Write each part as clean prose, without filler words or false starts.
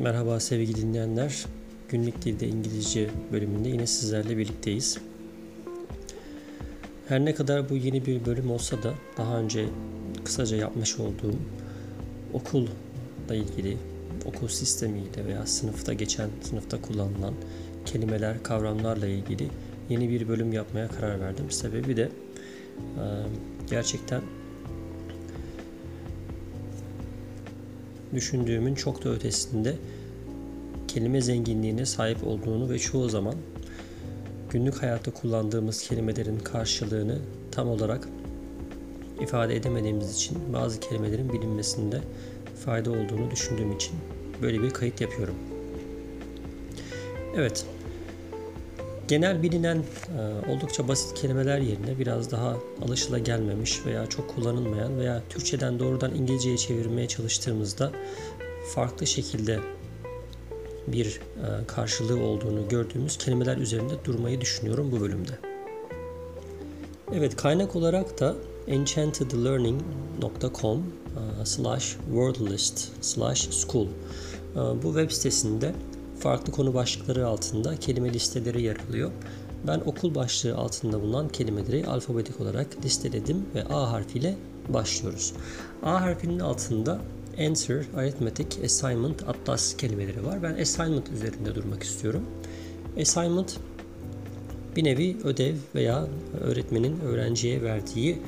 Merhaba sevgili dinleyenler. Günlük Dilde İngilizce bölümünde yine sizlerle birlikteyiz. Her ne kadar bu yeni bir bölüm olsa da daha önce kısaca yapmış olduğum okulla ilgili, okul sistemiyle veya sınıfta kullanılan kelimeler, kavramlarla ilgili yeni bir bölüm yapmaya karar verdim. Sebebi de gerçekten düşündüğümün çok da ötesinde kelime zenginliğine sahip olduğunu ve çoğu zaman günlük hayatta kullandığımız kelimelerin karşılığını tam olarak ifade edemediğimiz için bazı kelimelerin bilinmesinde fayda olduğunu düşündüğüm için böyle bir kayıt yapıyorum. Evet, genel bilinen oldukça basit kelimeler yerine biraz daha alışılagelmemiş veya çok kullanılmayan veya Türkçeden doğrudan İngilizceye çevirmeye çalıştığımızda farklı şekilde bir karşılığı olduğunu gördüğümüz kelimeler üzerinde durmayı düşünüyorum bu bölümde. Evet, kaynak olarak da enchantedlearning.com/wordlist/school bu web sitesinde farklı konu başlıkları altında kelime listeleri yer alıyor. Ben okul başlığı altında bulunan kelimeleri alfabetik olarak listeledim ve A harfiyle başlıyoruz. A harfinin altında Answer, Arithmetic, Assignment, Atlas kelimeleri var. Ben assignment üzerinde durmak istiyorum. Assignment bir nevi ödev veya öğretmenin öğrenciye verdiği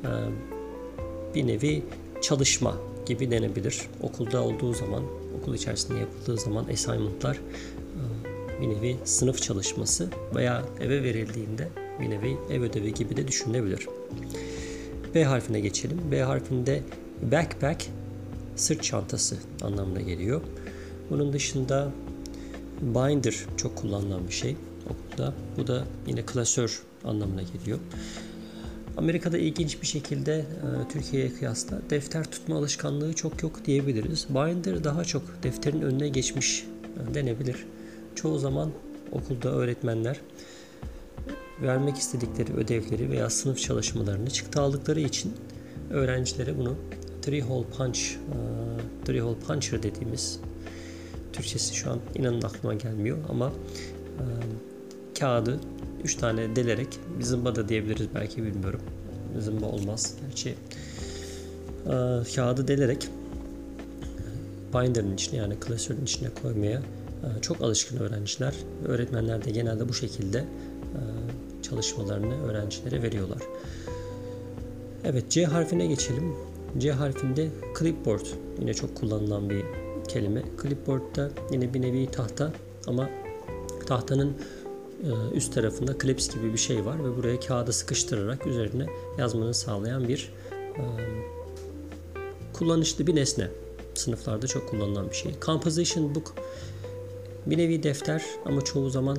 bir nevi çalışma gibi denebilir. Okulda olduğu zaman, okul içerisinde yapıldığı zaman assignment'lar bir nevi sınıf çalışması veya eve verildiğinde bir nevi ev ödevi gibi de düşünülebilir. B harfine geçelim. B harfinde backpack, sırt çantası anlamına geliyor. Bunun dışında binder çok kullanılan bir şey okulda. Bu da yine klasör anlamına geliyor. Amerika'da ilginç bir şekilde Türkiye'ye kıyasla defter tutma alışkanlığı çok yok diyebiliriz. Binder daha çok defterin önüne geçmiş denebilir. Çoğu zaman okulda öğretmenler vermek istedikleri ödevleri veya sınıf çalışmalarını çıktı aldıkları için öğrencilere bunu three hole puncher dediğimiz, Türkçesi şu an inanın aklıma gelmiyor ama kağıdı 3 tane delerek, zımba da diyebiliriz belki, bilmiyorum. Zımba olmaz gerçi. Kağıdı delerek binder'ın içine, yani klasörün içine koymaya çok alışkın öğrenciler. Öğretmenler de genelde bu şekilde çalışmalarını öğrencilere veriyorlar. Evet, C harfine geçelim. C harfinde clipboard yine çok kullanılan bir kelime. Clipboard'da yine bir nevi tahta ama tahtanın üst tarafında clips gibi bir şey var ve buraya kağıdı sıkıştırarak üzerine yazmanı sağlayan bir kullanışlı bir nesne. Sınıflarda çok kullanılan bir şey. Composition book bir nevi defter ama çoğu zaman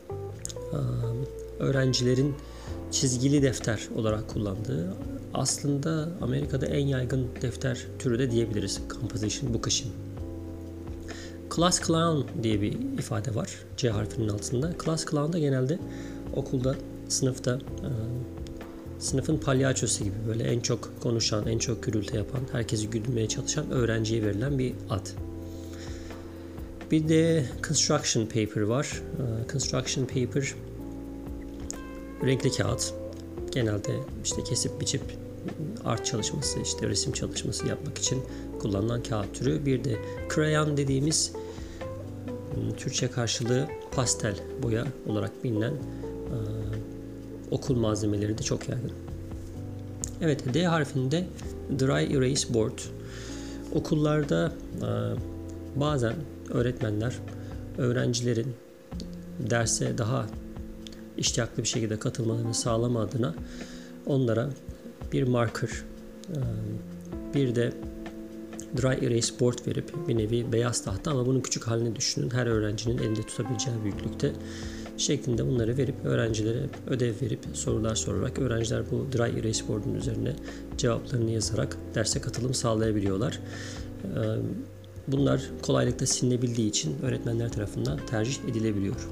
öğrencilerin çizgili defter olarak kullandığı, aslında Amerika'da en yaygın defter türü de diyebiliriz composition book için. Class clown diye bir ifade var C harfinin altında. Class clown da genelde okulda, sınıfta sınıfın palyaçosu gibi, böyle en çok konuşan, en çok gürültü yapan, herkesi güldürmeye çalışan öğrenciye verilen bir ad. Bir de construction paper var. Construction paper renkli kağıt. Genelde işte kesip biçip art çalışması, işte resim çalışması yapmak için kullanılan kağıt türü. Bir de crayon dediğimiz Türkçe karşılığı pastel boya olarak bilinen okul malzemeleri de çok yaygın. Evet, D harfinde dry erase board. Okullarda bazen öğretmenler öğrencilerin derse daha iştiyaklı bir şekilde katılmalarını sağlama adına onlara bir marker, bir de dry erase board verip, bir nevi beyaz tahta ama bunun küçük halini düşünün, her öğrencinin elinde tutabileceği büyüklükte şeklinde bunları verip öğrencilere ödev verip sorular sorarak öğrenciler bu dry erase board'un üzerine cevaplarını yazarak derse katılım sağlayabiliyorlar. Bunlar kolaylıkla silinebildiği için öğretmenler tarafından tercih edilebiliyor.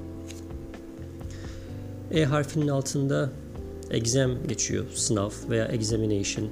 E harfinin altında exam geçiyor, sınav veya examination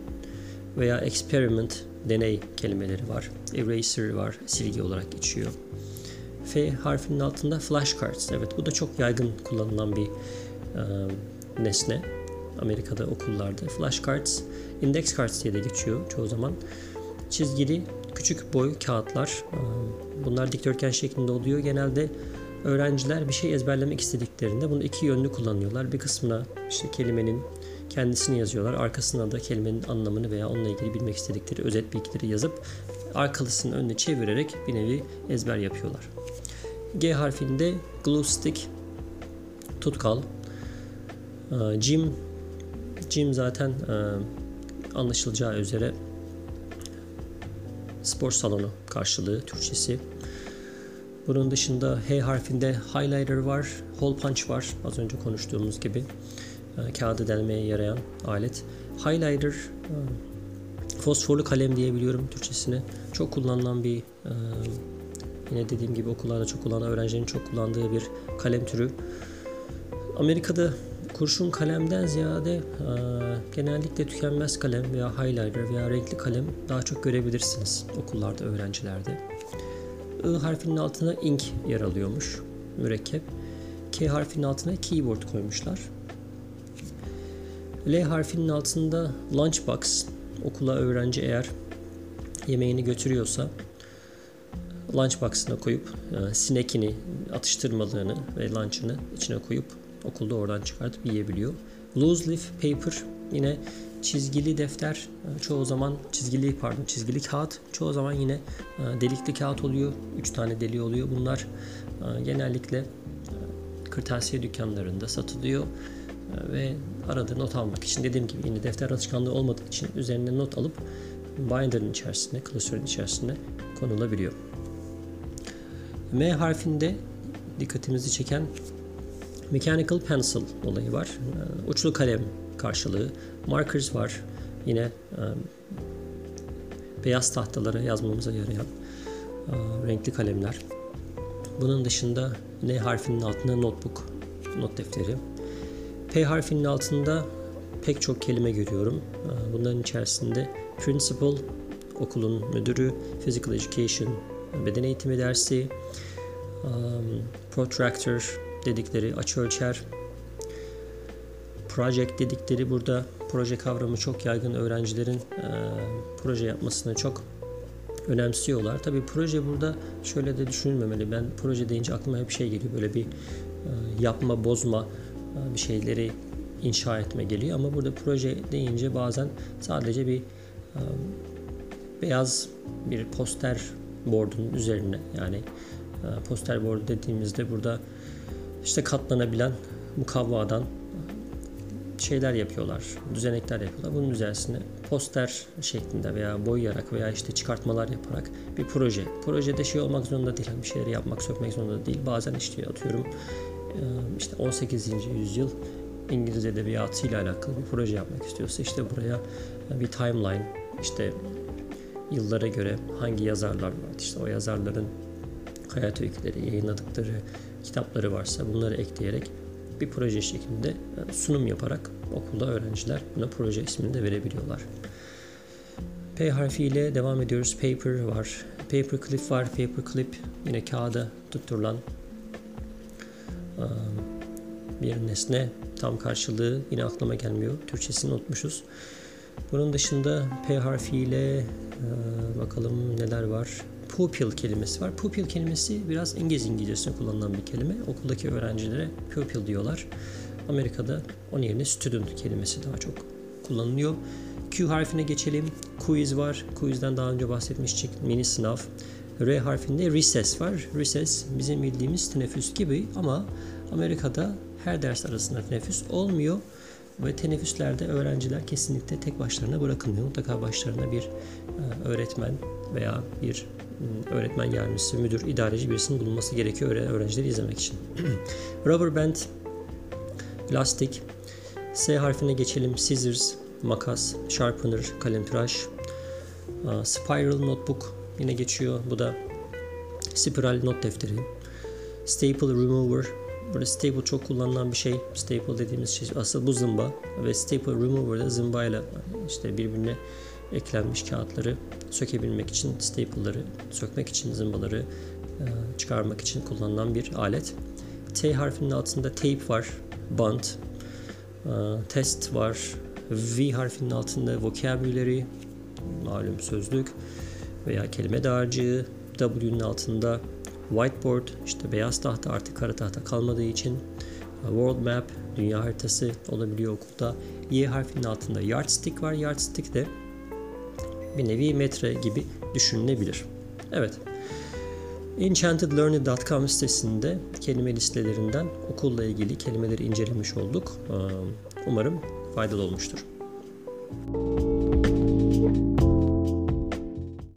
veya experiment, deney kelimeleri var. Eraser var, silgi olarak geçiyor. F harfinin altında flashcards. Evet, bu da çok yaygın kullanılan bir nesne. Amerika'da okullarda. Flashcards, index cards diye de geçiyor çoğu zaman. Çizgili küçük boy kağıtlar. Bunlar dikdörtgen şeklinde oluyor. Genelde öğrenciler bir şey ezberlemek istediklerinde bunu iki yönlü kullanıyorlar. Bir kısmına işte kelimenin kendisini yazıyorlar. Arkasına da kelimenin anlamını veya onunla ilgili bilmek istedikleri özet bilgileri yazıp arkalısını önüne çevirerek bir nevi ezber yapıyorlar. G harfinde glue stick, tutkal. Gym zaten anlaşılacağı üzere spor salonu karşılığı Türkçesi. Bunun dışında H harfinde highlighter var, hole punch var. Az önce konuştuğumuz gibi kağıdı delmeye yarayan alet. Highlighter, fosforlu kalem diyebiliyorum Türkçesine. Çok kullanılan bir, yine dediğim gibi okullarda çok kullanılan, öğrencilerin çok kullandığı bir kalem türü. Amerika'da kurşun kalemden ziyade genellikle tükenmez kalem veya highlighter veya renkli kalem daha çok görebilirsiniz okullarda, öğrencilerde. I harfinin altına ink yer alıyormuş, mürekkep. K harfinin altına keyboard koymuşlar. L harfinin altında lunchbox. Okula öğrenci eğer yemeğini götürüyorsa lunchbox'ına koyup snack'ini, atıştırmalığını ve lunch'ını içine koyup okulda oradan çıkartıp yiyebiliyor. Loose leaf paper, yine çizgili defter, çoğu zaman çizgili kağıt, çoğu zaman yine delikli kağıt oluyor. 3 tane deliği oluyor. Bunlar genellikle kırtasiye dükkanlarında satılıyor ve arada not almak için, dediğim gibi yine defter alışkanlığı olmadığı için üzerine not alıp binder'ın içerisine, klasörün içerisine konulabiliyor. M harfinde dikkatimizi çeken mechanical pencil olayı var. Uçlu kalem karşılığı. Markers var. Yine beyaz tahtalara yazmamıza yarayan renkli kalemler. Bunun dışında N harfinin altında notebook, not defteri. P harfinin altında pek çok kelime görüyorum. Bunların içerisinde principal, okulun müdürü, physical education, beden eğitimi dersi, protractor dedikleri açıölçer, project dedikleri, burada proje kavramı çok yaygın, öğrencilerin proje yapmasını çok önemsiyorlar. Tabii proje burada şöyle de düşünülmemeli. Ben proje deyince aklıma hep şey geliyor, böyle bir yapma, bozma, bir şeyleri inşa etme geliyor. Ama burada proje deyince bazen sadece bir beyaz bir poster board'un üzerine, yani poster board dediğimizde burada işte katlanabilen mukavvadan şeyler yapıyorlar, düzenekler yapıyorlar. Bunun üzerine poster şeklinde veya boyayarak veya işte çıkartmalar yaparak bir proje. Projede şey olmak zorunda değil, bir şeyleri yapmak, sökmek zorunda değil. Bazen işte atıyorum işte 18. yüzyıl İngiliz edebiyatı ile alakalı bir proje yapmak istiyorsa işte buraya bir timeline, işte yıllara göre hangi yazarlar var, işte o yazarların hayat öyküleri, yayınladıkları kitapları varsa bunları ekleyerek bir proje şeklinde sunum yaparak okulda öğrenciler buna proje ismini de verebiliyorlar. P harfiyle devam ediyoruz. Paper var. Paperclip var. Paperclip yine kağıda tutturulan bir nesne. Tam karşılığı yine aklıma gelmiyor. Türkçesini unutmuşuz. Bunun dışında P harfiyle bakalım neler var. Pupil kelimesi var. Pupil kelimesi biraz İngilizcesinde kullanılan bir kelime. Okuldaki öğrencilere pupil diyorlar. Amerika'da onun yerine student kelimesi daha çok kullanılıyor. Q harfine geçelim. Quiz var. Quiz'den daha önce bahsetmiştik. Mini sınav. R harfinde recess var. Recess bizim bildiğimiz teneffüs gibi ama Amerika'da her ders arasında teneffüs olmuyor. Ve teneffüslerde öğrenciler kesinlikle tek başlarına bırakılmıyor. Mutlaka başlarına bir öğretmen veya bir öğretmen yardımcısı, müdür, idareci birisinin bulunması gerekiyor öğrencileri izlemek için. Rubber band, lastik. S harfine geçelim. Scissors, makas, sharpener, kalemtıraş. Spiral notebook yine geçiyor. Bu da spiral not defteri. Staple remover. Burada staple çok kullanılan bir şey. Staple dediğimiz şey asıl bu zımba ve staple remover'da zımbayla işte birbirine eklenmiş kağıtları sökebilmek için, staple'ları sökmek için zımbaları çıkarmak için kullanılan bir alet. T harfinin altında tape var, bant, test var. V harfinin altında vocabulary, malum sözlük veya kelime dağarcığı. W'nin altında whiteboard, işte beyaz tahta, artık kara tahta kalmadığı için. World map, dünya haritası olabiliyor okulda. Y harfinin altında yardstick var. Yardstick de bir nevi metre gibi düşünülebilir. Evet. enchantedlearning.com sitesinde kelime listelerinden okulla ilgili kelimeleri incelemiş olduk. Umarım faydalı olmuştur.